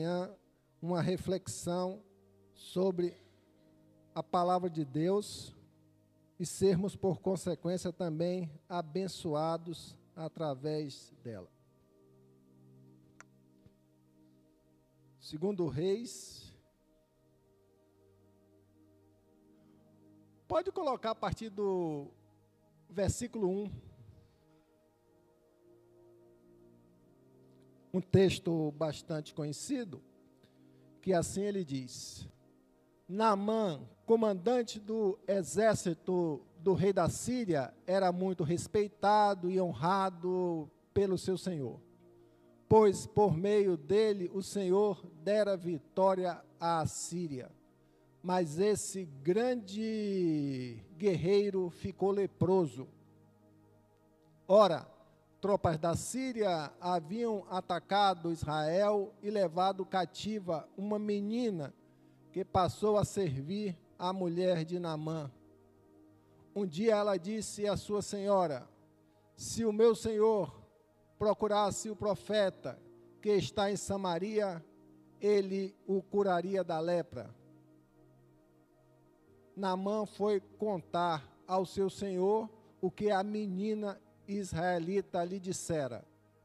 uma reflexão sobre a palavra de Deus e sermos, por consequência, também abençoados através dela. Segundo Reis, pode colocar a partir do versículo 1, um texto bastante conhecido, que assim ele diz: Naamã, comandante do exército do rei da Síria, era muito respeitado e honrado pelo seu senhor, pois por meio dele o Senhor dera vitória à Síria. Mas esse grande guerreiro ficou leproso. Ora, tropas da Síria haviam atacado Israel e levado cativa uma menina que passou a servir a mulher de Naamã. Um dia ela disse à sua senhora: se o meu senhor procurasse o profeta que está em Samaria, ele o curaria da lepra. Naamã foi contar ao seu senhor o que a menina israelita lhe dissera.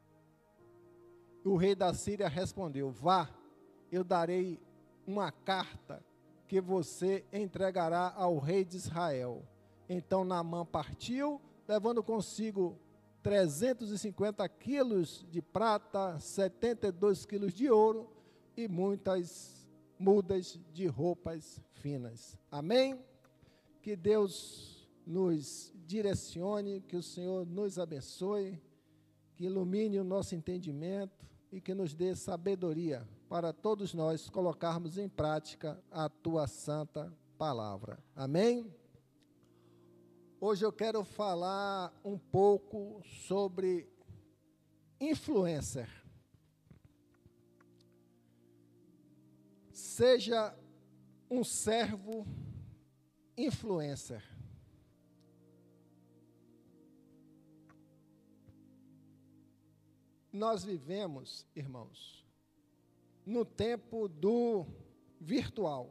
O rei da Síria respondeu: vá, eu darei uma carta que você entregará ao rei de Israel. Então Naamã partiu, levando consigo 350 quilos de prata, 72 quilos de ouro e muitas mudas de roupas finas. Amém? Que Deus nos direcione, que o Senhor nos abençoe, que ilumine o nosso entendimento e que nos dê sabedoria para todos nós colocarmos em prática a tua santa palavra. Amém? Hoje eu quero falar um pouco sobre influencer. Seja um servo influencer. Nós vivemos, irmãos, no tempo do virtual.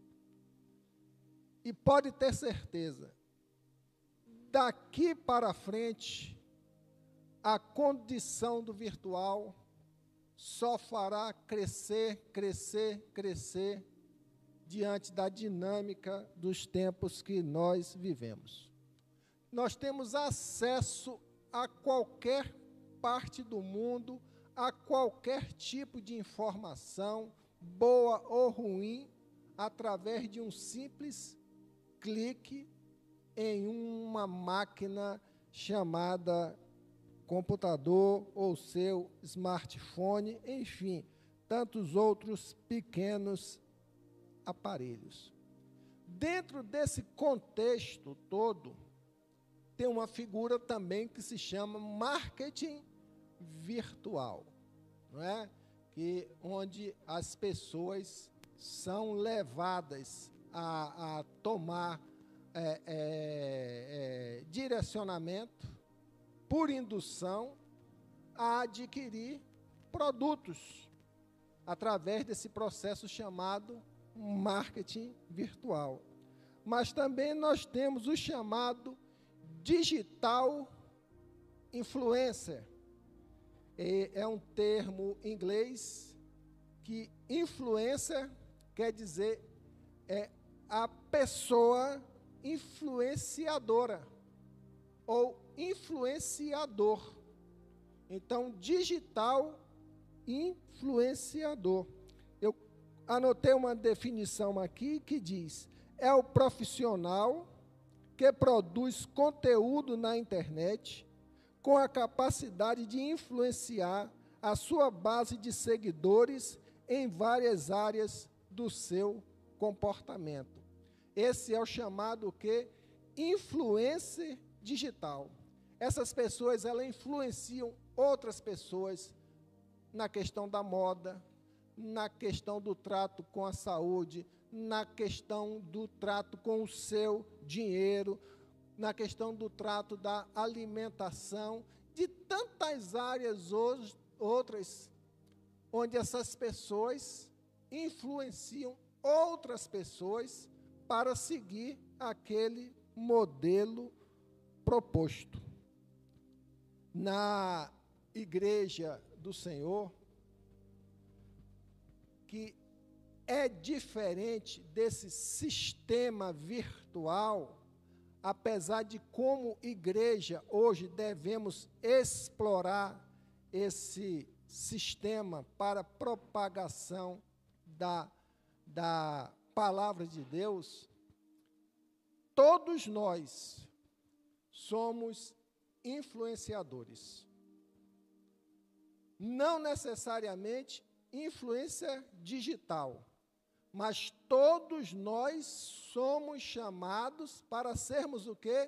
E pode ter certeza, daqui para frente, a condição do virtual só fará crescer, crescer, crescer diante da dinâmica dos tempos que nós vivemos. Nós temos acesso a qualquer parte do mundo, a qualquer tipo de informação, boa ou ruim, através de um simples clique em uma máquina chamada computador ou seu smartphone, enfim, tantos outros pequenos aparelhos. Dentro desse contexto todo, tem uma figura também que se chama marketing virtual, não é? Onde as pessoas são levadas a tomar direcionamento por indução a adquirir produtos através desse processo chamado marketing virtual. Mas também nós temos o chamado digital influencer. É um termo em inglês que influencer quer dizer a pessoa influenciadora ou influenciador. Então, digital influenciador. Eu anotei uma definição aqui que diz: é o profissional que produz conteúdo na internet com a capacidade de influenciar a sua base de seguidores em várias áreas do seu comportamento. Esse é o chamado que influencer digital. Essas pessoas, elas influenciam outras pessoas na questão da moda, na questão do trato com a saúde, na questão do trato com o seu dinheiro, na questão do trato da alimentação, de tantas áreas outras onde essas pessoas influenciam outras pessoas para seguir aquele modelo proposto. Na igreja do Senhor, que é diferente desse sistema virtual, apesar de como igreja hoje devemos explorar esse sistema para propagação da palavra de Deus, todos nós somos influenciadores. Não necessariamente influência digital, mas todos nós somos chamados para sermos o quê?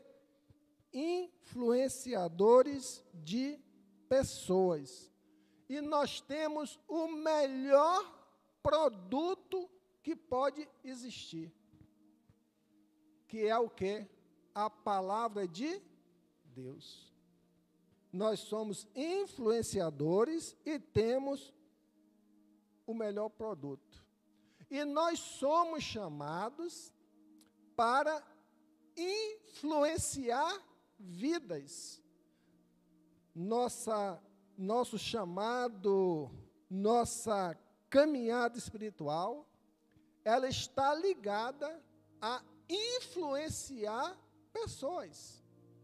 Influenciadores de pessoas. E nós temos o melhor produto que pode existir, que é o quê? A palavra de Deus. Nós somos influenciadores e temos o melhor produto. E nós somos chamados para influenciar vidas. Nosso chamado, nossa caminhada espiritual, ela está ligada a influenciar pessoas.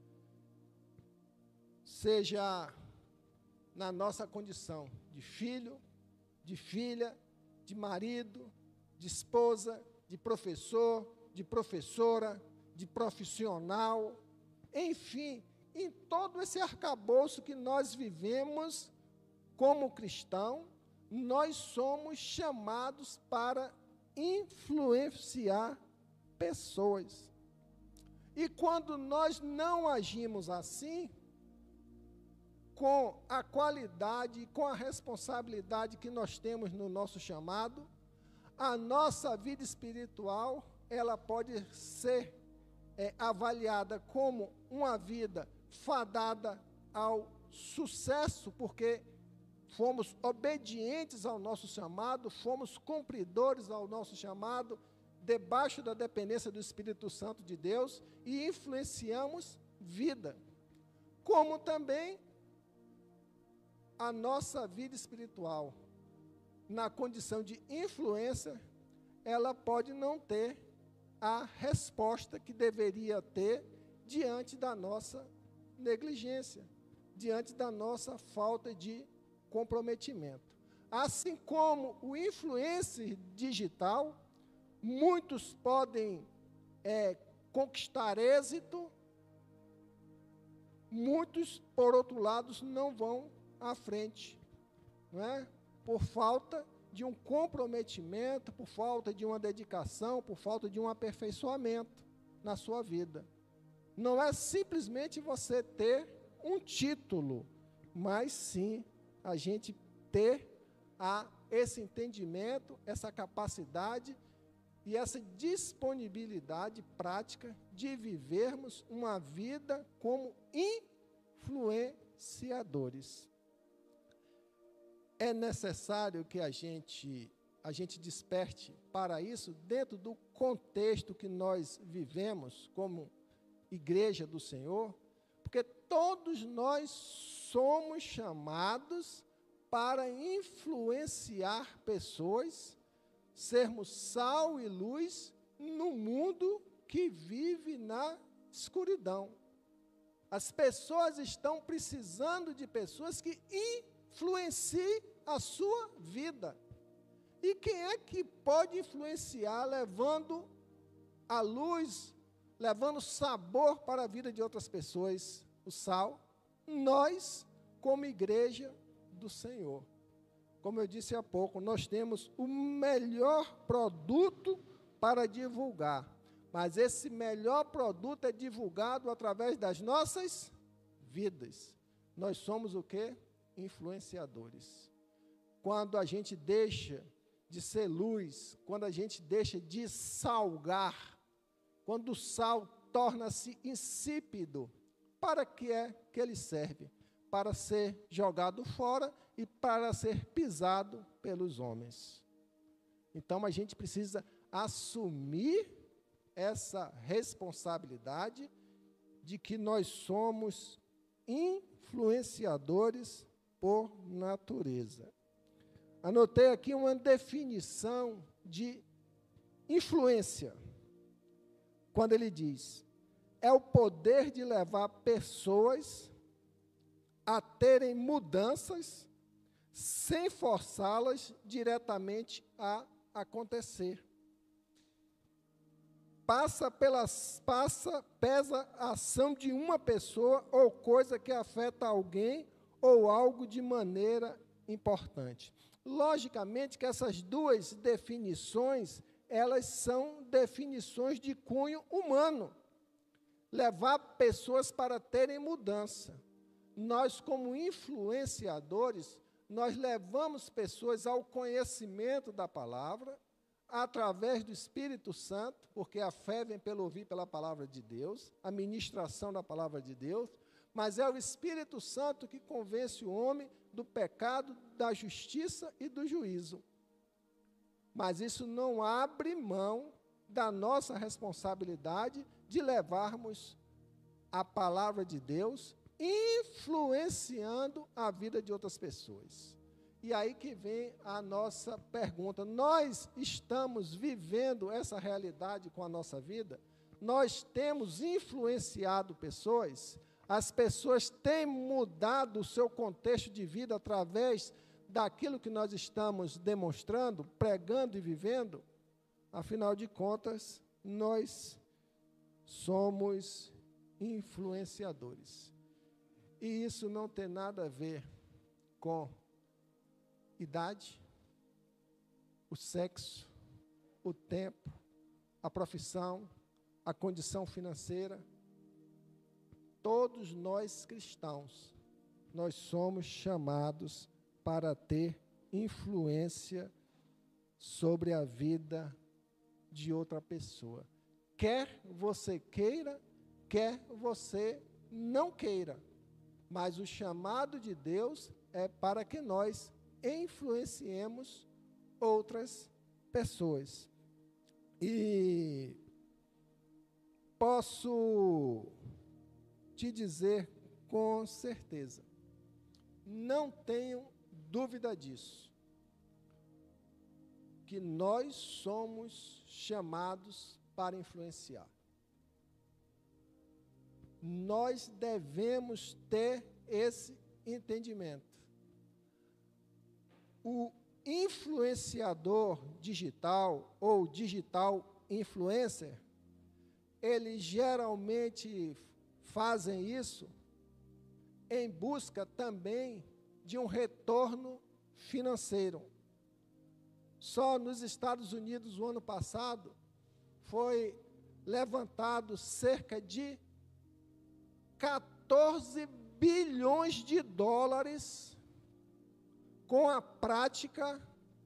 Seja na nossa condição de filho, de filha, de marido, de esposa, de professor, de professora, de profissional, enfim, em todo esse arcabouço que nós vivemos como cristão, nós somos chamados para influenciar pessoas. E quando nós não agimos assim, com a qualidade, com a responsabilidade que nós temos no nosso chamado, a nossa vida espiritual, ela pode ser avaliada como uma vida fadada ao sucesso, porque fomos obedientes ao nosso chamado, fomos cumpridores ao nosso chamado, debaixo da dependência do Espírito Santo de Deus, e influenciamos vida. Como também a nossa vida espiritual, na condição de influência, ela pode não ter a resposta que deveria ter diante da nossa negligência, diante da nossa falta de comprometimento. Assim como o influencer digital, muitos podem conquistar êxito, muitos, por outro lado, não vão à frente, não é? Por falta de um comprometimento, por falta de uma dedicação, por falta de um aperfeiçoamento na sua vida. Não é simplesmente você ter um título, mas sim a gente ter esse entendimento, essa capacidade e essa disponibilidade prática de vivermos uma vida como influenciadores. É necessário que a gente desperte para isso dentro do contexto que nós vivemos como igreja do Senhor, porque todos nós somos chamados para influenciar pessoas, sermos sal e luz no mundo que vive na escuridão. As pessoas estão precisando de pessoas que influenciem a sua vida. E quem é que pode influenciar levando a luz, levando sabor para a vida de outras pessoas? O sal. Nós, como igreja do Senhor. Como eu disse há pouco, nós temos o melhor produto para divulgar. Mas esse melhor produto é divulgado através das nossas vidas. Nós somos o quê? Influenciadores. Quando a gente deixa de ser luz, quando a gente deixa de salgar, quando o sal torna-se insípido, para que é que ele serve? Para ser jogado fora e para ser pisado pelos homens. Então, a gente precisa assumir essa responsabilidade de que nós somos influenciadores por natureza. Anotei aqui uma definição de influência, quando ele diz: é o poder de levar pessoas a terem mudanças sem forçá-las diretamente a acontecer. Pesa a ação de uma pessoa ou coisa que afeta alguém ou algo de maneira importante. Logicamente que essas duas definições, elas são definições de cunho humano. Levar pessoas para terem mudança. Nós, como influenciadores, nós levamos pessoas ao conhecimento da palavra, através do Espírito Santo, porque a fé vem pelo ouvir pela palavra de Deus, a ministração da palavra de Deus, mas é o Espírito Santo que convence o homem do pecado, da justiça e do juízo. Mas isso não abre mão da nossa responsabilidade de levarmos a palavra de Deus, influenciando a vida de outras pessoas. E aí que vem a nossa pergunta: nós estamos vivendo essa realidade com a nossa vida? Nós temos influenciado pessoas? As pessoas têm mudado o seu contexto de vida através daquilo que nós estamos demonstrando, pregando e vivendo? Afinal de contas, nós somos influenciadores. E isso não tem nada a ver com idade, o sexo, o tempo, a profissão, a condição financeira. Todos nós cristãos, nós somos chamados para ter influência sobre a vida de outra pessoa. Quer você queira, quer você não queira. Mas o chamado de Deus é para que nós influenciemos outras pessoas. E posso te dizer com certeza, não tenho dúvida disso, que nós somos chamados para influenciar. Nós devemos ter esse entendimento. O influenciador digital ou digital influencer, eles geralmente fazem isso em busca também de um retorno financeiro. Só nos Estados Unidos, o ano passado, foi levantado cerca de 14 bilhões de dólares com a prática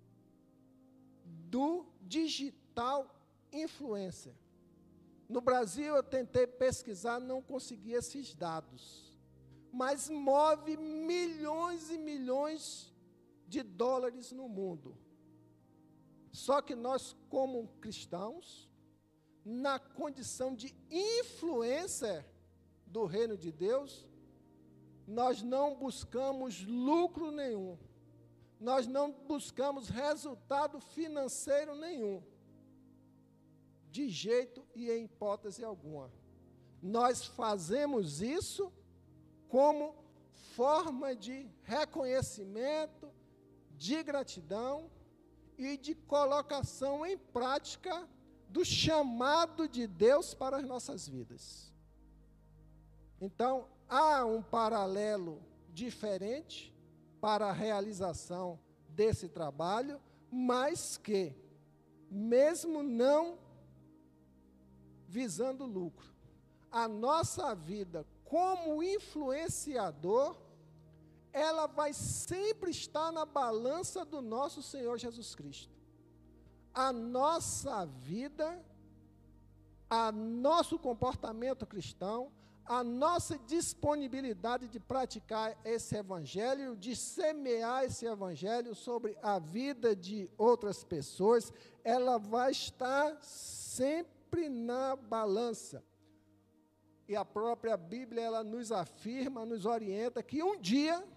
do digital influencer. No Brasil, eu tentei pesquisar, não consegui esses dados, mas move milhões e milhões de dólares no mundo. Só que nós, como cristãos, na condição de influencer do reino de Deus, nós não buscamos lucro nenhum. Nós não buscamos resultado financeiro nenhum, de jeito e em hipótese alguma. Nós fazemos isso como forma de reconhecimento, de gratidão e de colocação em prática do chamado de Deus para as nossas vidas. Então, há um paralelo diferente para a realização desse trabalho, mas que, mesmo não visando lucro, a nossa vida como influenciador, ela vai sempre estar na balança do nosso Senhor Jesus Cristo. A nossa vida, nosso comportamento cristão, a nossa disponibilidade de praticar esse evangelho, de semear esse evangelho sobre a vida de outras pessoas, ela vai estar sempre na balança. E a própria Bíblia, ela nos afirma, nos orienta que um dia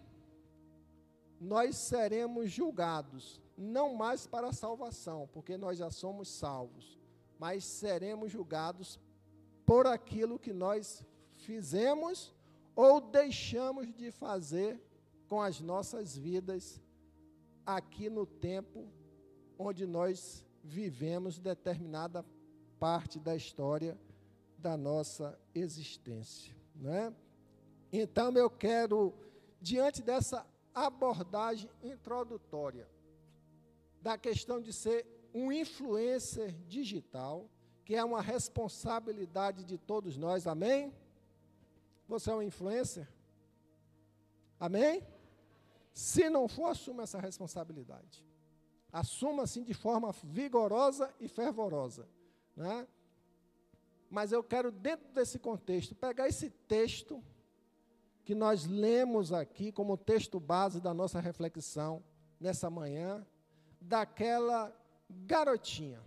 nós seremos julgados, não mais para a salvação, porque nós já somos salvos, mas seremos julgados por aquilo que nós fizemos ou deixamos de fazer com as nossas vidas aqui no tempo onde nós vivemos determinada parte da história da nossa existência, né? Então eu quero, diante dessa abordagem introdutória da questão de ser um influencer digital, que é uma responsabilidade de todos nós, amém? Você é um influencer? Amém? Se não for, assuma essa responsabilidade. Assuma, assim, de forma vigorosa e fervorosa, né? Mas eu quero, dentro desse contexto, pegar esse texto que nós lemos aqui como texto base da nossa reflexão nessa manhã, daquela garotinha.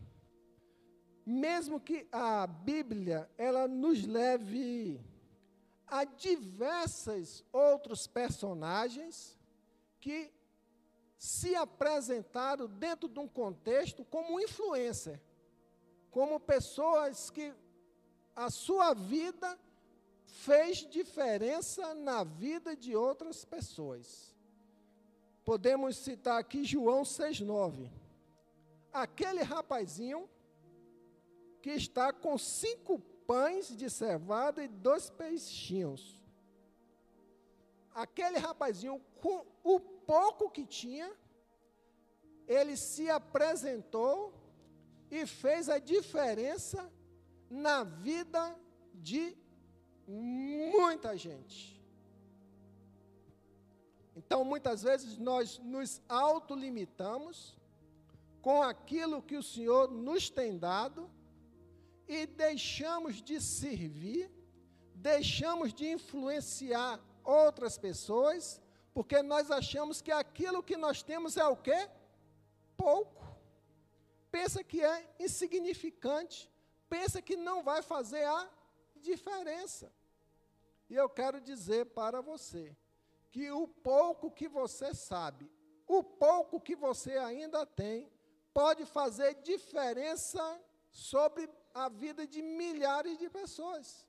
Mesmo que a Bíblia, ela nos leve a diversos outros personagens que se apresentaram dentro de um contexto como influencer, como pessoas que a sua vida fez diferença na vida de outras pessoas. Podemos citar aqui João 6,9. Aquele rapazinho que está com 5 pães de cevada e 2 peixinhos. Aquele rapazinho, com o pouco que tinha, ele se apresentou e fez a diferença na vida de muita gente. Então, muitas vezes, nós nos autolimitamos com aquilo que o Senhor nos tem dado e deixamos de servir, deixamos de influenciar outras pessoas, porque nós achamos que aquilo que nós temos é o quê? Pouco. Pensa que é insignificante, pensa que não vai fazer a diferença. E eu quero dizer para você, que o pouco que você sabe, o pouco que você ainda tem, pode fazer diferença sobre a vida de milhares de pessoas.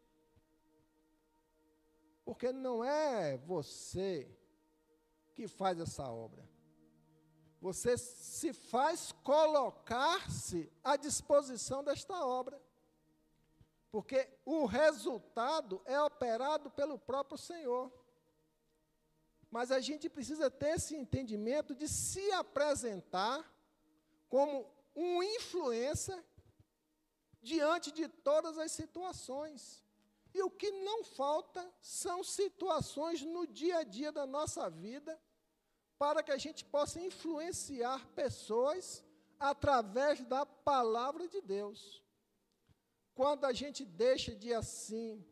Porque não é você que faz essa obra. Você se faz colocar-se à disposição desta obra. Porque o resultado é operado pelo próprio Senhor. Mas a gente precisa ter esse entendimento de se apresentar como um influencer diante de todas as situações. E o que não falta são situações no dia a dia da nossa vida para que a gente possa influenciar pessoas através da palavra de Deus. Quando a gente deixa de assim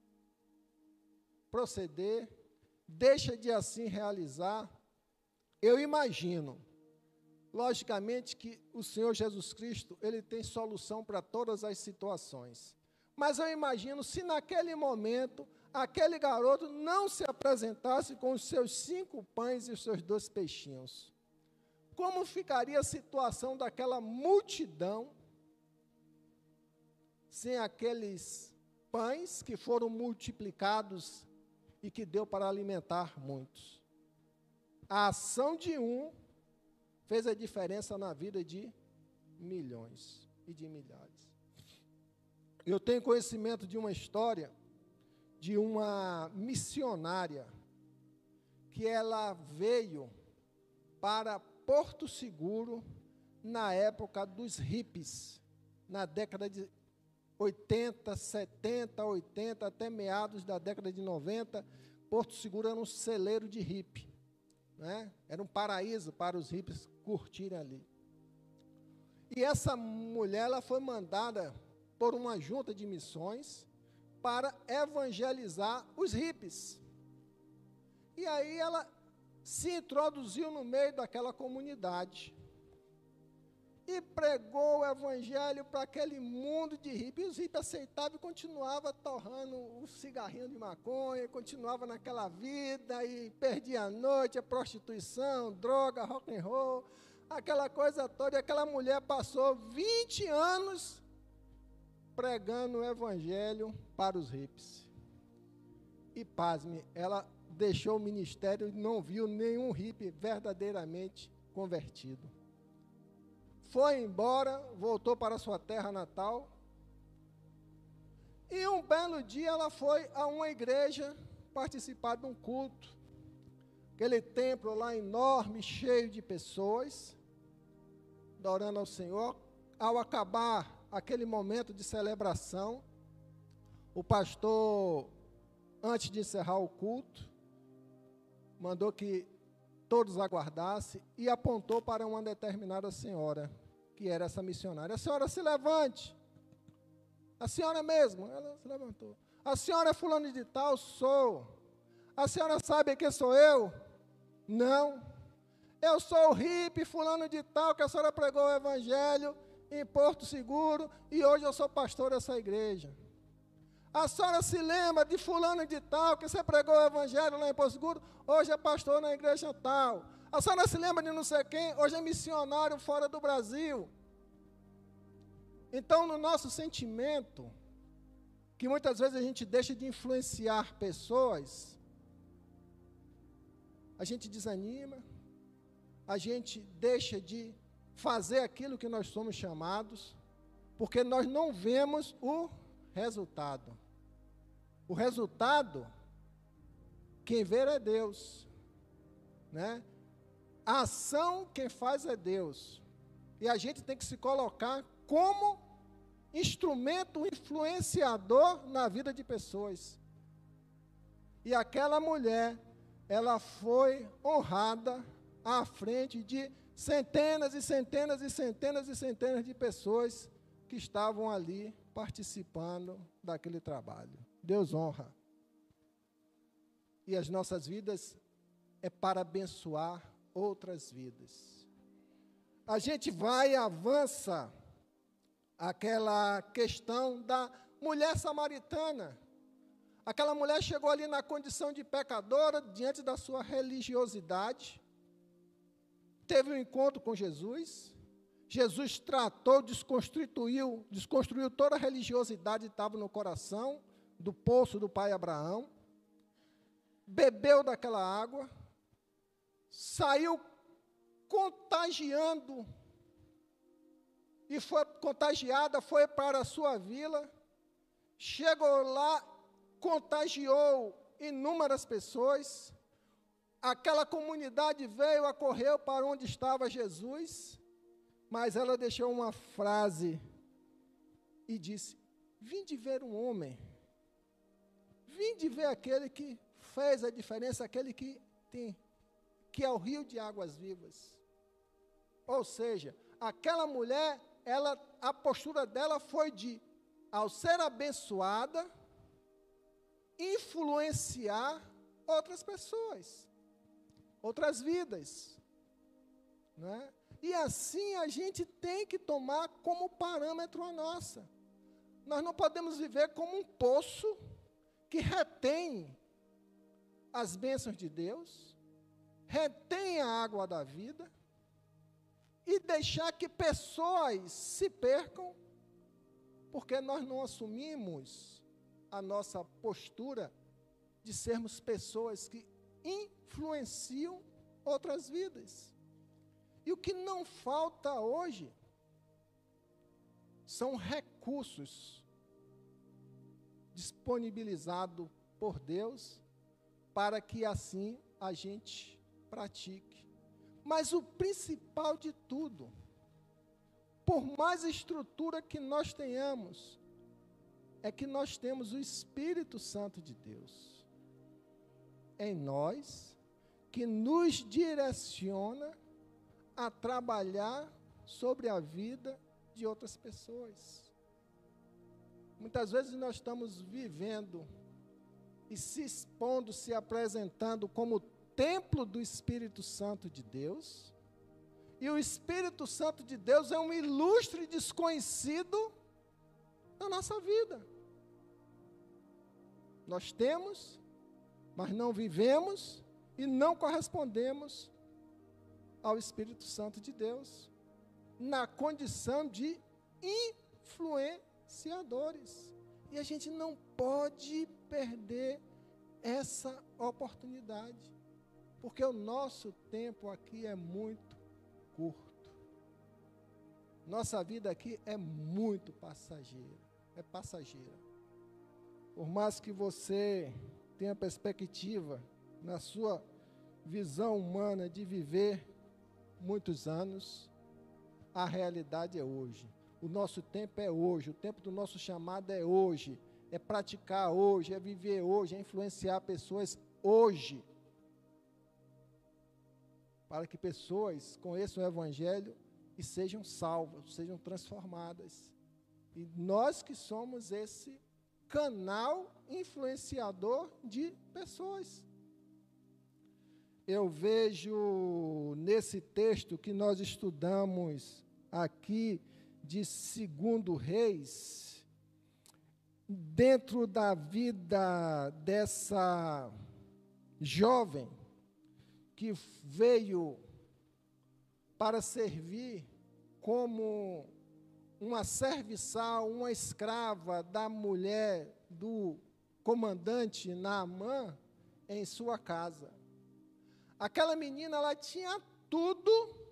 proceder, deixa de assim realizar, eu imagino, logicamente, que o Senhor Jesus Cristo, ele tem solução para todas as situações. Mas eu imagino se naquele momento, aquele garoto não se apresentasse com os seus 5 pães e os seus 2 peixinhos. Como ficaria a situação daquela multidão sem aqueles pães que foram multiplicados e que deu para alimentar muitos? A ação de um fez a diferença na vida de milhões e de milhares. Eu tenho conhecimento de uma história de uma missionária que ela veio para Porto Seguro na época dos hippies, na década de 80, 70, 80, até meados da década de 90, Porto Seguro era um celeiro de hippie, né? Era um paraíso para os hippies curtirem ali. E essa mulher, ela foi mandada por uma junta de missões para evangelizar os hippies. E aí ela se introduziu no meio daquela comunidade e pregou o evangelho para aquele mundo de hippie. E os hippies aceitavam e continuavam torrando o cigarrinho de maconha, continuava naquela vida e perdia a noite, a prostituição, droga, rock and roll, aquela coisa toda. E aquela mulher passou 20 anos pregando o evangelho para os hippies. E pasme, ela deixou o ministério e não viu nenhum hippie verdadeiramente convertido. Foi embora, voltou para sua terra natal. E um belo dia ela foi a uma igreja participar de um culto. Aquele templo lá enorme, cheio de pessoas, adorando ao Senhor. Ao acabar aquele momento de celebração, o pastor, antes de encerrar o culto, mandou que todos aguardassem e apontou para uma determinada senhora, que era essa missionária. A senhora se levante. A senhora mesmo, ela se levantou. A senhora é fulano de tal? Sou. A senhora sabe quem sou eu? Não. Eu sou o hippie fulano de tal, que a senhora pregou o evangelho em Porto Seguro, e hoje eu sou pastor dessa igreja. A senhora se lembra de fulano de tal, que você pregou o evangelho lá em Porto Seguro, hoje é pastor na igreja tal. A senhora se lembra de não sei quem, hoje é missionário fora do Brasil. Então, no nosso sentimento, que muitas vezes a gente deixa de influenciar pessoas, a gente desanima, a gente deixa de fazer aquilo que nós somos chamados, porque nós não vemos o resultado. O resultado, quem vê é Deus, né? A ação, quem faz é Deus. E a gente tem que se colocar como instrumento influenciador na vida de pessoas. E aquela mulher, ela foi honrada à frente de centenas e centenas e centenas e centenas de pessoas que estavam ali participando daquele trabalho. Deus honra. E as nossas vidas é para abençoar outras vidas. A gente vai e avança aquela questão da mulher samaritana. Aquela mulher chegou ali na condição de pecadora, diante da sua religiosidade, teve um encontro com Jesus. Jesus tratou, desconstruiu toda a religiosidade que estava no coração do poço do pai Abraão, bebeu daquela água, saiu contagiando, e foi contagiada, foi para a sua vila, chegou lá, contagiou inúmeras pessoas, aquela comunidade veio, acorreu para onde estava Jesus, mas ela deixou uma frase e disse: vinde ver um homem, vinde ver aquele que fez a diferença, aquele que é o rio de águas vivas. Ou seja, aquela mulher, a postura dela foi de, ao ser abençoada, influenciar outras pessoas, outras vidas, né? E assim a gente tem que tomar como parâmetro a nossa. Nós não podemos viver como um poço que retém as bênçãos de Deus, retém a água da vida, e deixar que pessoas se percam, porque nós não assumimos a nossa postura de sermos pessoas que influenciam outras vidas. E o que não falta hoje são recursos disponibilizados por Deus para que assim a gente pratique. Mas o principal de tudo, por mais estrutura que nós tenhamos, é que nós temos o Espírito Santo de Deus em nós, que nos direciona a trabalhar sobre a vida de outras pessoas. Muitas vezes nós estamos vivendo e se expondo, se apresentando como templo do Espírito Santo de Deus, e o Espírito Santo de Deus é um ilustre desconhecido na nossa vida. Nós temos, mas não vivemos e não correspondemos ao Espírito Santo de Deus, na condição de influenciadores. E a gente não pode perder essa oportunidade, porque o nosso tempo aqui é muito curto. Nossa vida aqui é muito passageira, é passageira. Por mais que você tenha perspectiva na sua visão humana de viver muitos anos, a realidade é hoje. O nosso tempo é hoje, o tempo do nosso chamado é hoje, é praticar hoje, é viver hoje, é influenciar pessoas hoje, para que pessoas conheçam o Evangelho e sejam salvas, sejam transformadas. E nós que somos esse canal influenciador de pessoas. Eu vejo nesse texto que nós estudamos aqui de 2 Reis, dentro da vida dessa jovem que veio para servir como uma serviçal, uma escrava da mulher do comandante Naamã em sua casa. Aquela menina, ela tinha tudo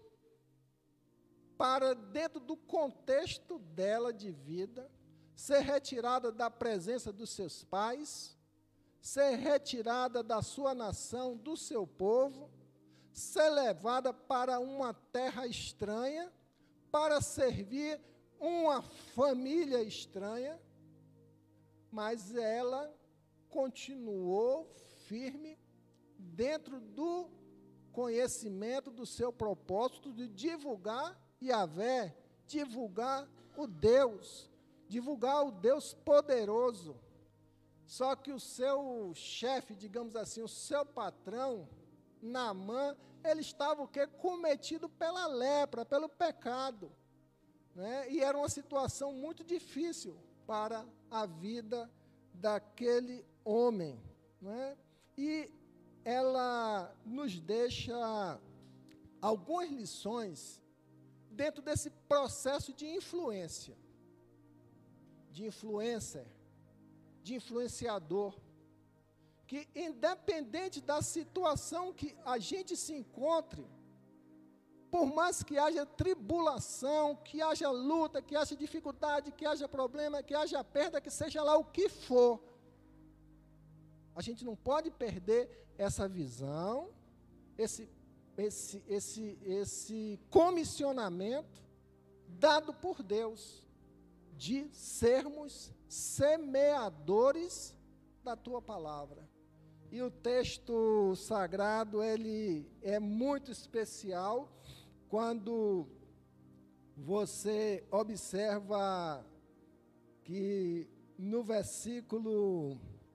para, dentro do contexto dela de vida, ser retirada da presença dos seus pais, ser retirada da sua nação, do seu povo, ser levada para uma terra estranha, para servir uma família estranha, mas ela continuou firme dentro do conhecimento do seu propósito de divulgar Yahvé, divulgar o Deus poderoso. Só que o seu chefe, digamos assim, o seu patrão, Naamã, ele estava o quê? Cometido pela lepra, pelo pecado, né? E era uma situação muito difícil para a vida daquele homem, né? E ela nos deixa algumas lições dentro desse processo de influência, de influencer, de influenciador, que independente da situação que a gente se encontre, por mais que haja tribulação, que haja luta, que haja dificuldade, que haja problema, que haja perda, que seja lá o que for, a gente não pode perder essa visão, esse comissionamento dado por Deus, de sermos semeadores da tua palavra. E o texto sagrado, ele é muito especial quando você observa que no versículo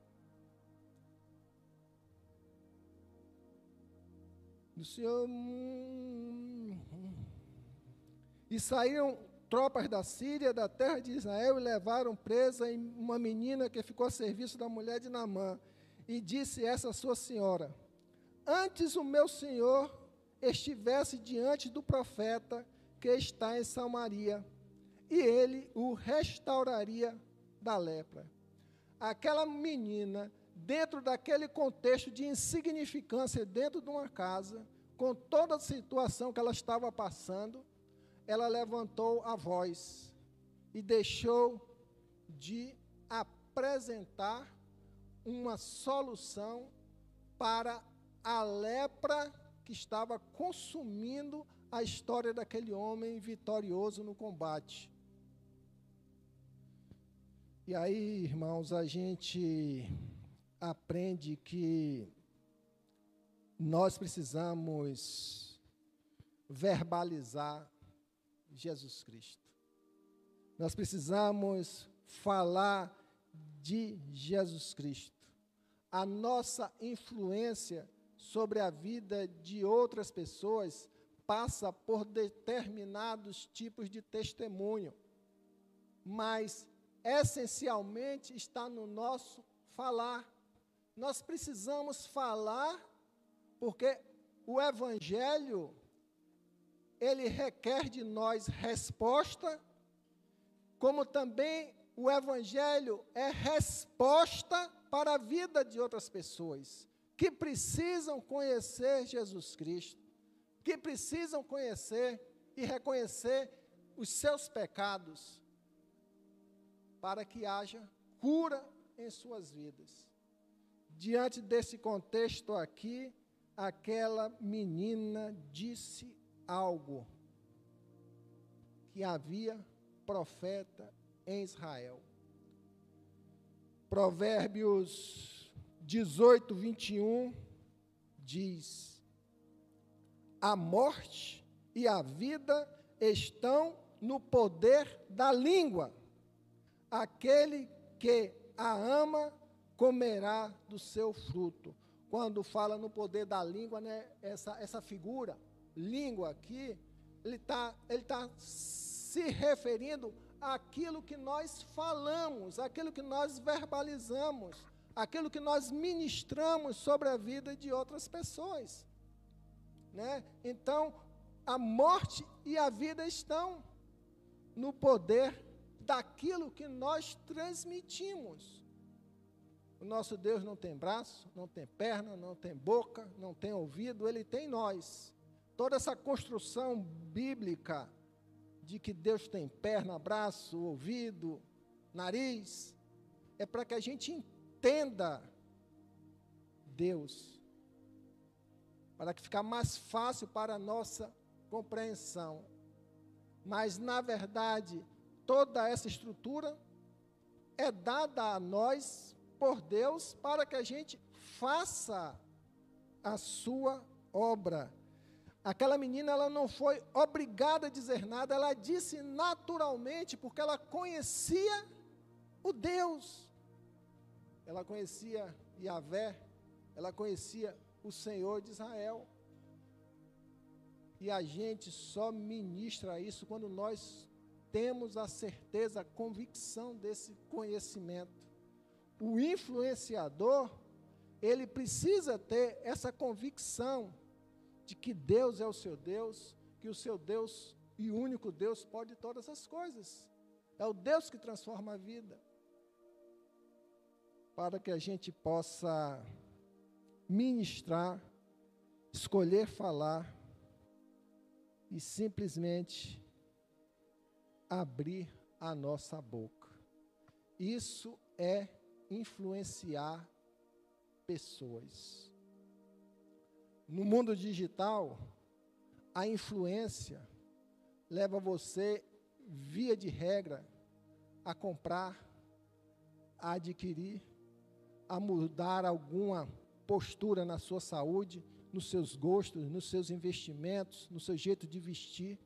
do Senhor, e saíram tropas da Síria, da terra de Israel, e levaram presa uma menina que ficou a serviço da mulher de Naamã. E disse essa sua senhora: antes o meu senhor estivesse diante do profeta que está em Samaria, e ele o restauraria da lepra. Aquela menina, dentro daquele contexto de insignificância, dentro de uma casa, com toda a situação que ela estava passando, ela levantou a voz e deixou de apresentar uma solução para a lepra que estava consumindo a história daquele homem vitorioso no combate. E aí, irmãos, a gente aprende que nós precisamos verbalizar Jesus Cristo. Nós precisamos falar de Jesus Cristo. A nossa influência sobre a vida de outras pessoas passa por determinados tipos de testemunho, mas essencialmente está no nosso falar. Nós precisamos falar, porque o Evangelho, ele requer de nós resposta, como também o Evangelho é resposta para a vida de outras pessoas, que precisam conhecer Jesus Cristo, que precisam conhecer e reconhecer os seus pecados, para que haja cura em suas vidas. Diante desse contexto aqui, aquela menina disse algo, que havia profeta em Israel. Provérbios 18, 21 diz: a morte e a vida estão no poder da língua. Aquele que a ama comerá do seu fruto. Quando fala no poder da língua, né, essa figura, língua aqui, ele tá se referindo àquilo que nós falamos, àquilo que nós verbalizamos, àquilo que nós ministramos sobre a vida de outras pessoas, né? Então, a morte e a vida estão no poder daquilo que nós transmitimos. O nosso Deus não tem braço, não tem perna, não tem boca, não tem ouvido, Ele tem nós. Toda essa construção bíblica de que Deus tem perna, braço, ouvido, nariz, é para que a gente entenda Deus, para que fique mais fácil para a nossa compreensão. Mas, na verdade, toda essa estrutura é dada a nós por Deus para que a gente faça a sua obra. Aquela menina, ela não foi obrigada a dizer nada, ela disse naturalmente, porque ela conhecia o Deus. Ela conhecia Yahvé, ela conhecia o Senhor de Israel. E a gente só ministra isso quando nós temos a certeza, a convicção desse conhecimento. O influenciador, ele precisa ter essa convicção de que Deus é o seu Deus, que o seu Deus e o único Deus pode todas as coisas. É o Deus que transforma a vida. Para que a gente possa ministrar, escolher falar e simplesmente abrir a nossa boca. Isso é influenciar pessoas. No mundo digital, a influência leva você, via de regra, a comprar, a adquirir, a mudar alguma postura na sua saúde, nos seus gostos, nos seus investimentos, no seu jeito de vestir.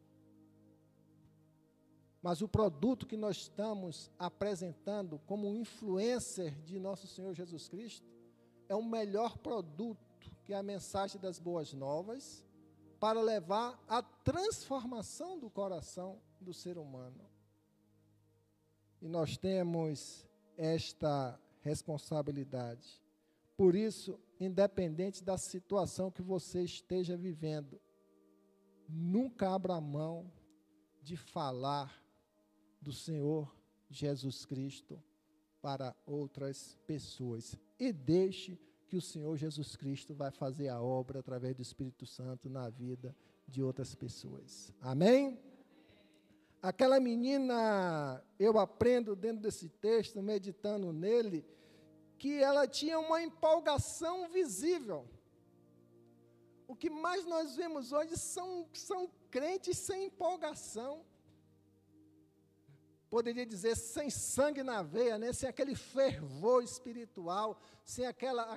Mas o produto que nós estamos apresentando como influencer de nosso Senhor Jesus Cristo é o melhor produto, que é a mensagem das boas novas, para levar à transformação do coração do ser humano. E nós temos esta responsabilidade. Por isso, independente da situação que você esteja vivendo, nunca abra mão de falar do Senhor Jesus Cristo para outras pessoas. E deixe que o Senhor Jesus Cristo vai fazer a obra através do Espírito Santo na vida de outras pessoas. Amém? Aquela menina, eu aprendo dentro desse texto, meditando nele, que ela tinha uma empolgação visível. O que mais nós vemos hoje são crentes sem empolgação. Poderia dizer, sem sangue na veia, né? Sem aquele fervor espiritual, sem aquela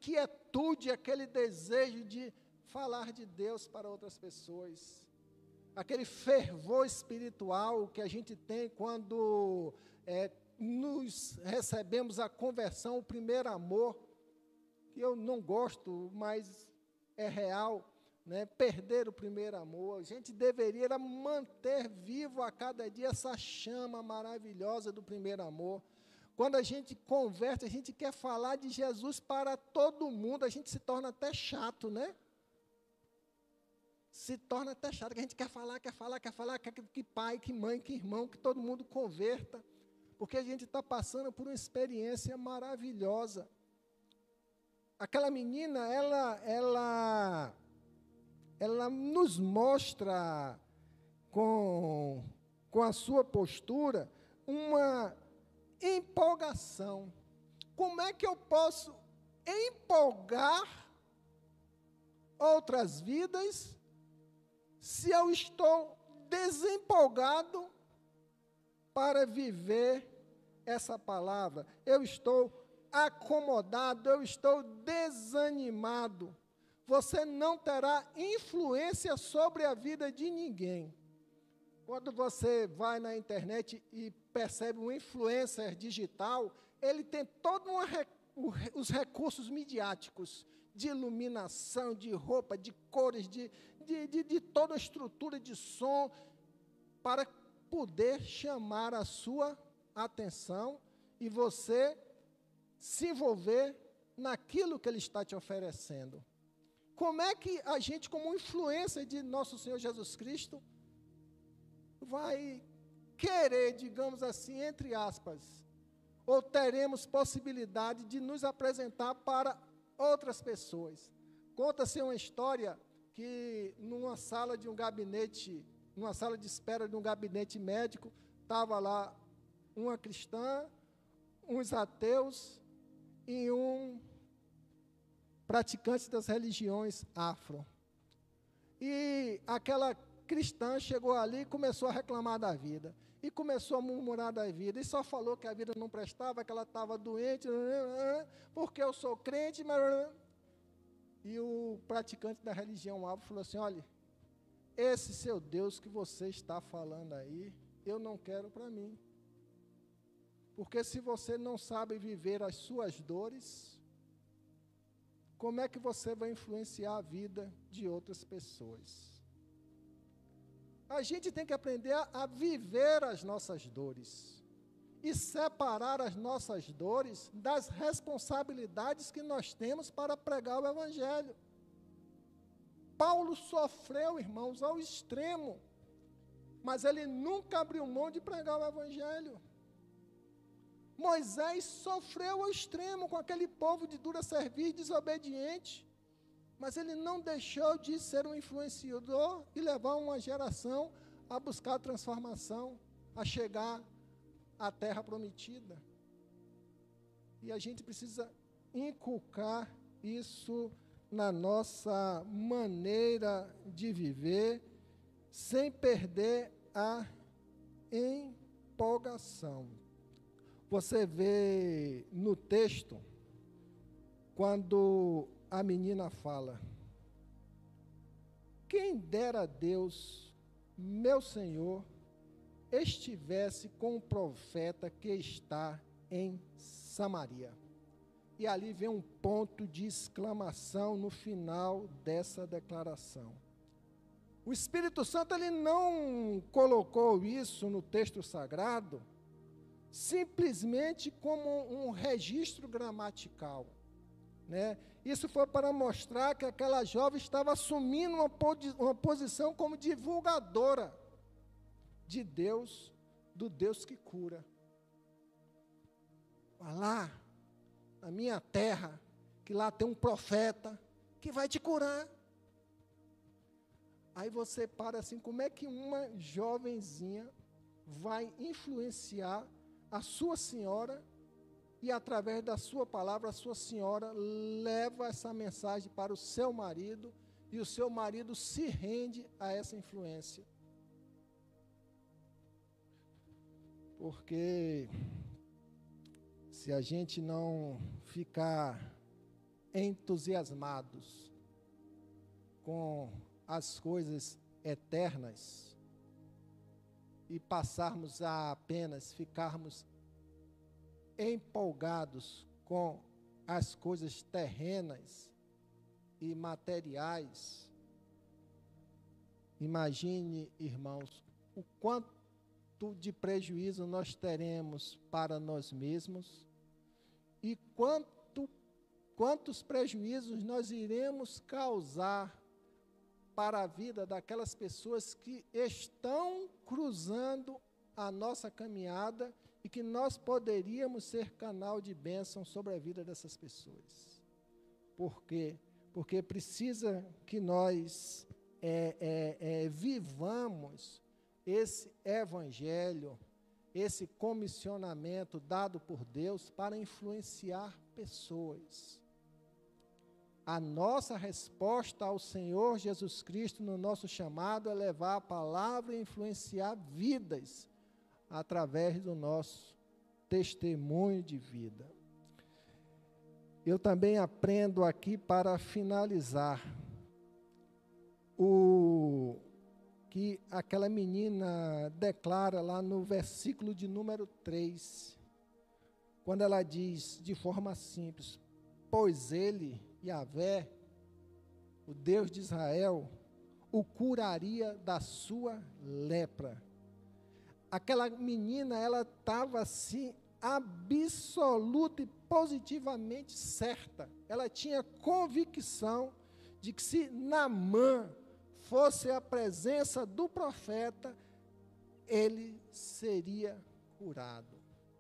inquietude, aquele desejo de falar de Deus para outras pessoas. aquele fervor espiritual que a gente tem quando nos recebemos a conversão, o primeiro amor, que eu não gosto, mas é real, né? Perder o primeiro amor. A gente deveria manter vivo a cada dia essa chama maravilhosa do primeiro amor. Quando a gente converte, a gente quer falar de Jesus para todo mundo, a gente se torna até chato, né? Se torna até chato, que a gente quer falar, quer que pai, que mãe, que irmão, que todo mundo converta, porque a gente está passando por uma experiência maravilhosa. Aquela menina, ela nos mostra, com a sua postura, uma empolgação. Como é que eu posso empolgar outras vidas se eu estou desempolgado para viver essa palavra? Eu estou acomodado, eu estou desanimado. Você não terá influência sobre a vida de ninguém. Quando você vai na internet e percebe um influencer digital, ele tem todos os recursos midiáticos, de iluminação, de roupa, de cores, de toda a estrutura de som, para poder chamar a sua atenção e você se envolver naquilo que ele está te oferecendo. Como é que a gente, como influência de nosso Senhor Jesus Cristo, vai querer, digamos assim, entre aspas, ou teremos possibilidade de nos apresentar para outras pessoas? Conta-se uma história que numa sala de um gabinete, numa sala de espera de um gabinete médico, estava lá uma cristã, uns ateus e um praticante das religiões afro. E aquela cristã chegou ali e começou a reclamar da vida. E começou a murmurar da vida. E só falou que a vida não prestava, que ela estava doente, porque eu sou crente. E o praticante da religião afro falou assim: olha, esse seu Deus que você está falando aí, eu não quero para mim. Porque se você não sabe viver as suas dores, como é que você vai influenciar a vida de outras pessoas? A gente tem que aprender a viver as nossas dores e separar as nossas dores das responsabilidades que nós temos para pregar o Evangelho. Paulo sofreu, irmãos, ao extremo, mas ele nunca abriu mão de pregar o Evangelho. Moisés sofreu ao extremo com aquele povo de dura serviço, desobediente, mas ele não deixou de ser um influenciador e levar uma geração a buscar a transformação, a chegar à terra prometida. E a gente precisa inculcar isso na nossa maneira de viver, sem perder a empolgação. Você vê no texto, quando a menina fala: quem dera Deus, meu Senhor, estivesse com o profeta que está em Samaria. E ali vem um ponto de exclamação no final dessa declaração. O Espírito Santo, ele não colocou isso no texto sagrado simplesmente como um registro gramatical, né? Isso foi para mostrar que aquela jovem estava assumindo uma posição como divulgadora de Deus, do Deus que cura. Vai lá, na minha terra, que lá tem um profeta que vai te curar. Aí você para assim, como é que uma jovenzinha vai influenciar a sua senhora, e através da sua palavra, a sua senhora leva essa mensagem para o seu marido, e o seu marido se rende a essa influência? Porque se a gente não ficar entusiasmados com as coisas eternas e passarmos a apenas ficarmos empolgados com as coisas terrenas e materiais, imagine, irmãos, o quanto de prejuízo nós teremos para nós mesmos e quantos prejuízos nós iremos causar para a vida daquelas pessoas que estão cruzando a nossa caminhada e que nós poderíamos ser canal de bênção sobre a vida dessas pessoas. Por quê? Porque precisa que nós vivamos esse evangelho, esse comissionamento dado por Deus para influenciar pessoas. A nossa resposta ao Senhor Jesus Cristo no nosso chamado é levar a palavra e influenciar vidas através do nosso testemunho de vida. Eu também aprendo aqui, para finalizar, o que aquela menina declara lá no versículo de número 3, quando ela diz de forma simples: pois ele, Yahvé, o Deus de Israel, o curaria da sua lepra. Aquela menina, ela estava assim, absoluta e positivamente certa. Ela tinha convicção de que se Naamã fosse a presença do profeta, ele seria curado.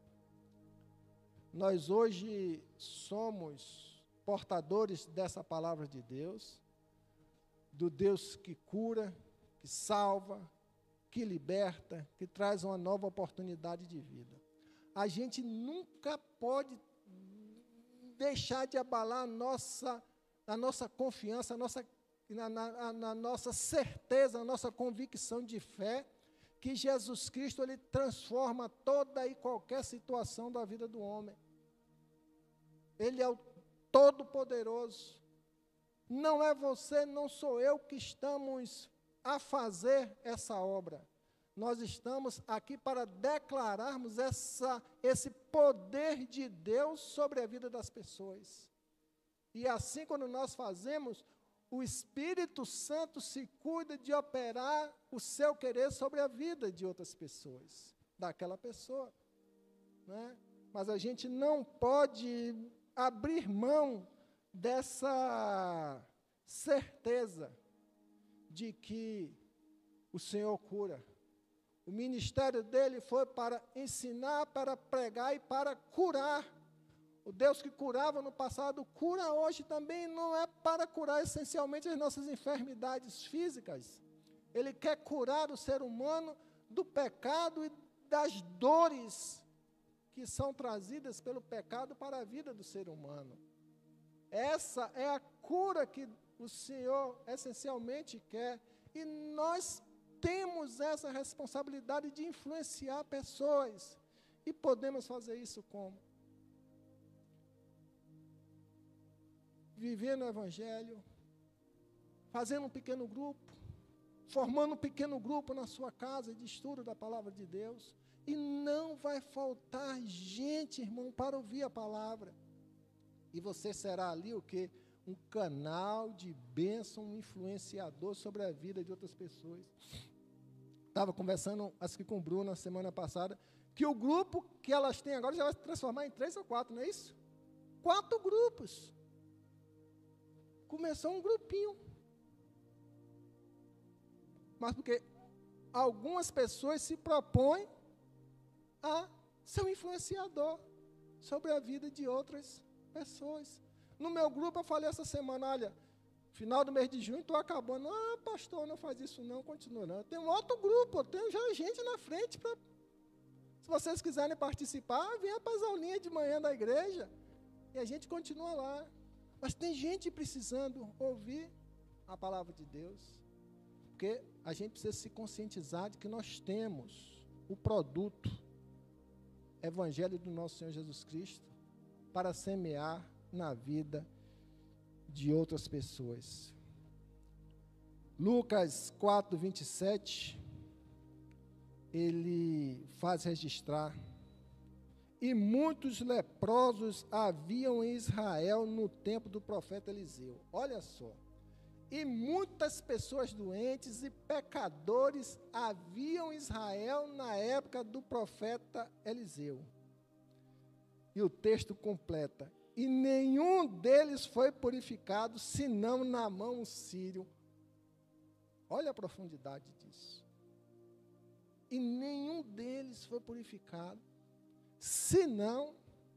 Nós hoje somos portadores dessa palavra de Deus, do Deus que cura, que salva, que liberta, que traz uma nova oportunidade de vida. A gente nunca pode deixar de abalar a nossa confiança, na nossa certeza, a nossa convicção de fé, que Jesus Cristo, ele transforma toda e qualquer situação da vida do homem. Ele é o Todo-Poderoso. Não é você, não sou eu que estamos a fazer essa obra. Nós estamos aqui para declararmos esse poder de Deus sobre a vida das pessoas. E assim, quando nós fazemos, o Espírito Santo se cuida de operar o seu querer sobre a vida de outras pessoas, daquela pessoa, né? Mas a gente não pode abrir mão dessa certeza de que o Senhor cura. O ministério dele foi para ensinar, para pregar e para curar. O Deus que curava no passado, cura hoje também, não é para curar essencialmente as nossas enfermidades físicas. Ele quer curar o ser humano do pecado e das dores que são trazidas pelo pecado para a vida do ser humano. Essa é a cura que o Senhor essencialmente quer, e nós temos essa responsabilidade de influenciar pessoas, e podemos fazer isso como? Viver no Evangelho, fazendo um pequeno grupo, formando um pequeno grupo na sua casa de estudo da Palavra de Deus, e não vai faltar gente, irmão, para ouvir a palavra. E você será ali o quê? Um canal de bênção, um influenciador sobre a vida de outras pessoas. Estava conversando, acho que com o Bruno, na semana passada, que o grupo que elas têm agora já vai se transformar em 3 ou 4, não é isso? 4 grupos. Começou um grupinho. Mas porque algumas pessoas se propõem a ser um influenciador sobre a vida de outras pessoas. No meu grupo eu falei essa semana, olha, final do mês de junho estou acabando. Ah, pastor, não faz isso não, continua não. Eu tenho outro grupo, eu tenho já gente na frente para, se vocês quiserem participar, venha para as aulinhas de manhã da igreja e a gente continua lá. Mas tem gente precisando ouvir a palavra de Deus, porque a gente precisa se conscientizar de que nós temos o produto, Evangelho do nosso Senhor Jesus Cristo, para semear na vida de outras pessoas. Lucas 4, 27, ele faz registrar: e muitos leprosos haviam em Israel no tempo do profeta Eliseu. Olha só. E muitas pessoas doentes e pecadores haviam em Israel na época do profeta Eliseu. E o texto completa: e nenhum deles foi purificado, senão Naamã o sírio. Olha a profundidade disso. E nenhum deles foi purificado, senão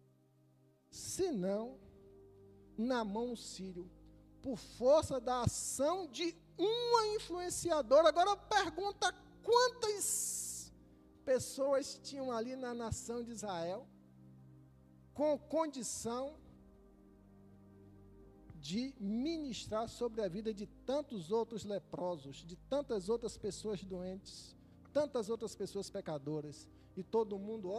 Naamã o sírio, por força da ação de uma influenciadora. Agora pergunta: quantas pessoas tinham ali na nação de Israel com condição de ministrar sobre a vida de tantos outros leprosos, de tantas outras pessoas doentes, tantas outras pessoas pecadoras, e todo mundo,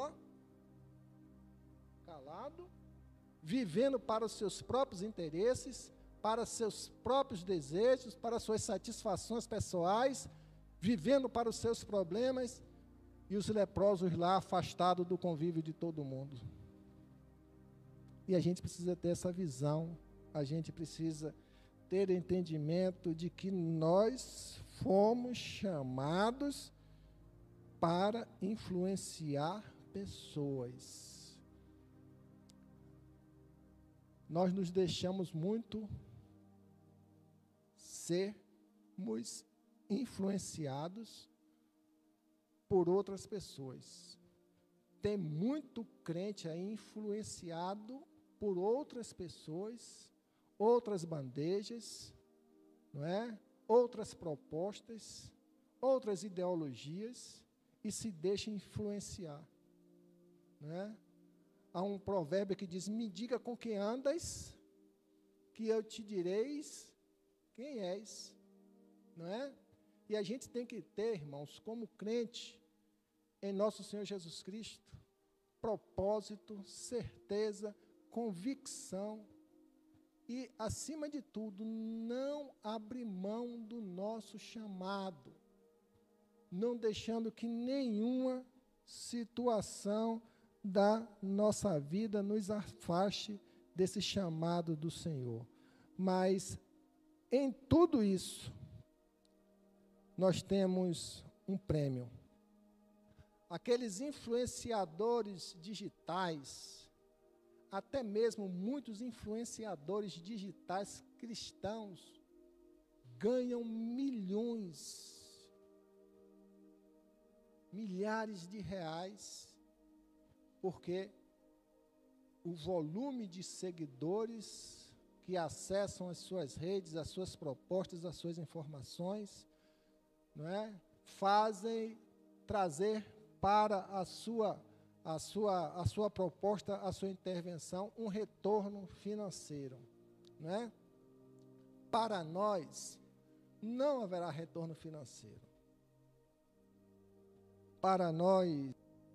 calado, vivendo para os seus próprios interesses, para seus próprios desejos, para suas satisfações pessoais, vivendo para os seus problemas, e os leprosos lá afastados do convívio de todo mundo. E a gente precisa ter essa visão, a gente precisa ter entendimento de que nós fomos chamados para influenciar pessoas. Nós nos deixamos muito sermos influenciados por outras pessoas. Tem muito crente aí influenciado por outras pessoas, outras bandejas, não é? Outras propostas, outras ideologias, e se deixa influenciar, não é? Há um provérbio que diz: me diga com quem andas, que eu te direis quem és, não é? E a gente tem que ter, irmãos, como crente em nosso Senhor Jesus Cristo, propósito, certeza, convicção e, acima de tudo, não abrir mão do nosso chamado, não deixando que nenhuma situação da nossa vida nos afaste desse chamado do Senhor. Mas, em tudo isso, nós temos um prêmio. Aqueles influenciadores digitais, até mesmo muitos influenciadores digitais cristãos, ganham milhões, milhares de reais, porque o volume de seguidores que acessam as suas redes, as suas propostas, as suas informações, não é? Fazem trazer para a sua proposta, a sua intervenção, um retorno financeiro, não é? Para nós, não haverá retorno financeiro. Para nós,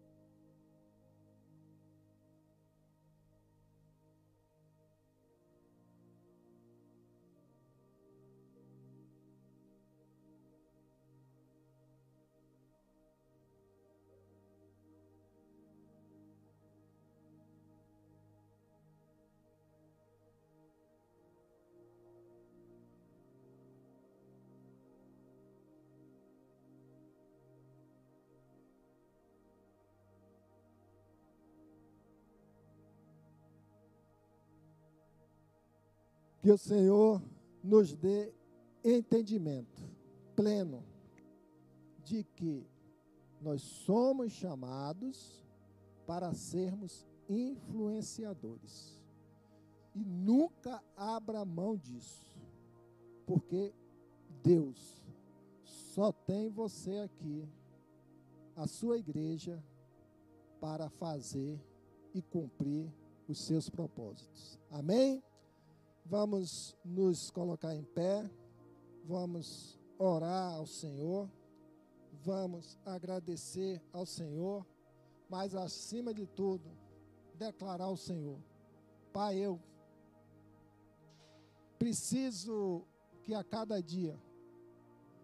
que o Senhor nos dê entendimento pleno de que nós somos chamados para sermos influenciadores. E nunca abra mão disso, porque Deus só tem você aqui, a sua igreja, para fazer e cumprir os seus propósitos. Amém? Vamos nos colocar em pé, vamos orar ao Senhor, vamos agradecer ao Senhor, mas acima de tudo, declarar ao Senhor: Pai, eu preciso que a cada dia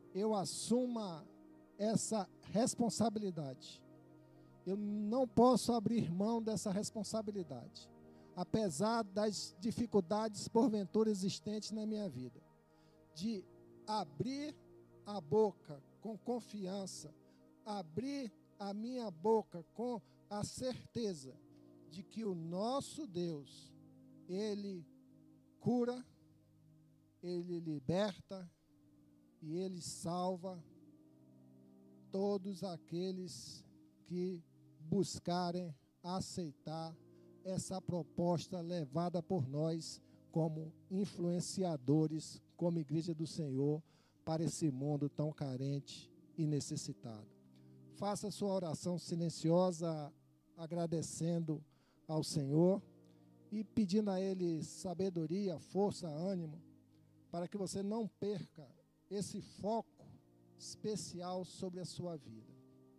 eu assuma essa responsabilidade. Eu não posso abrir mão dessa responsabilidade, apesar das dificuldades porventura existentes na minha vida, de abrir a boca com confiança, abrir a minha boca com a certeza de que o nosso Deus, Ele cura, Ele liberta e Ele salva todos aqueles que buscarem aceitar essa proposta levada por nós como influenciadores, como Igreja do Senhor, para esse mundo tão carente e necessitado. Faça a sua oração silenciosa, agradecendo ao Senhor e pedindo a Ele sabedoria, força, ânimo, para que você não perca esse foco especial sobre a sua vida.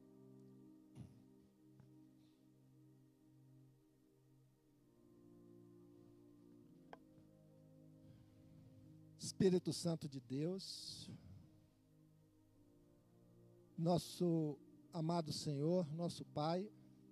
Espírito Santo de Deus, nosso amado Senhor, nosso Pai,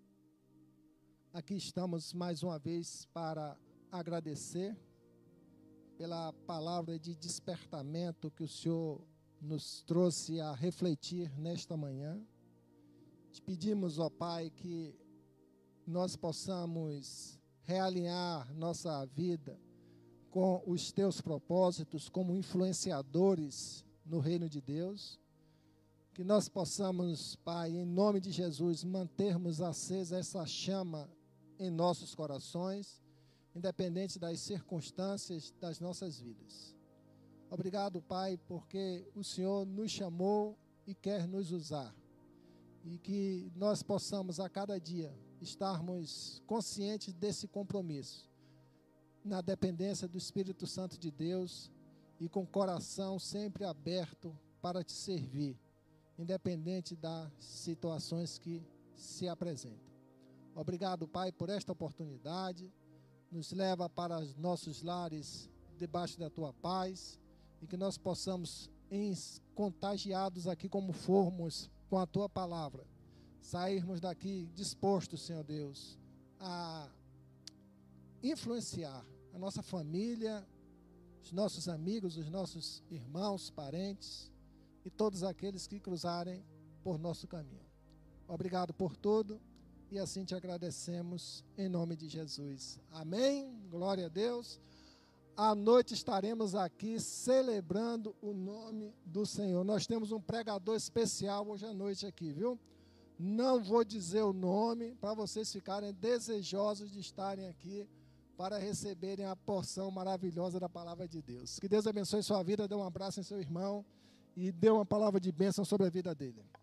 aqui estamos mais uma vez para agradecer pela palavra de despertamento que o Senhor nos trouxe a refletir nesta manhã. Te pedimos, ó Pai, que nós possamos realinhar nossa vida com os teus propósitos como influenciadores no reino de Deus, que nós possamos, Pai, em nome de Jesus, mantermos acesa essa chama em nossos corações, independente das circunstâncias das nossas vidas. Obrigado, Pai, porque o Senhor nos chamou e quer nos usar, e que nós possamos a cada dia estarmos conscientes desse compromisso, na dependência do Espírito Santo de Deus e com o coração sempre aberto para te servir, independente das situações que se apresentam. Obrigado, Pai, por esta oportunidade. Nos leva para os nossos lares debaixo da Tua paz e que nós possamos, contagiados aqui como formos com a Tua palavra, sairmos daqui dispostos, Senhor Deus, a influenciar a nossa família, os nossos amigos, os nossos irmãos, parentes e todos aqueles que cruzarem por nosso caminho. Obrigado por tudo e assim te agradecemos em nome de Jesus. Amém? Glória a Deus. À noite estaremos aqui celebrando o nome do Senhor. Nós temos um pregador especial hoje à noite aqui, viu? Não vou dizer o nome para vocês ficarem desejosos de estarem aqui para receberem a porção maravilhosa da palavra de Deus. Que Deus abençoe sua vida, dê um abraço em seu irmão e dê uma palavra de bênção sobre a vida dele.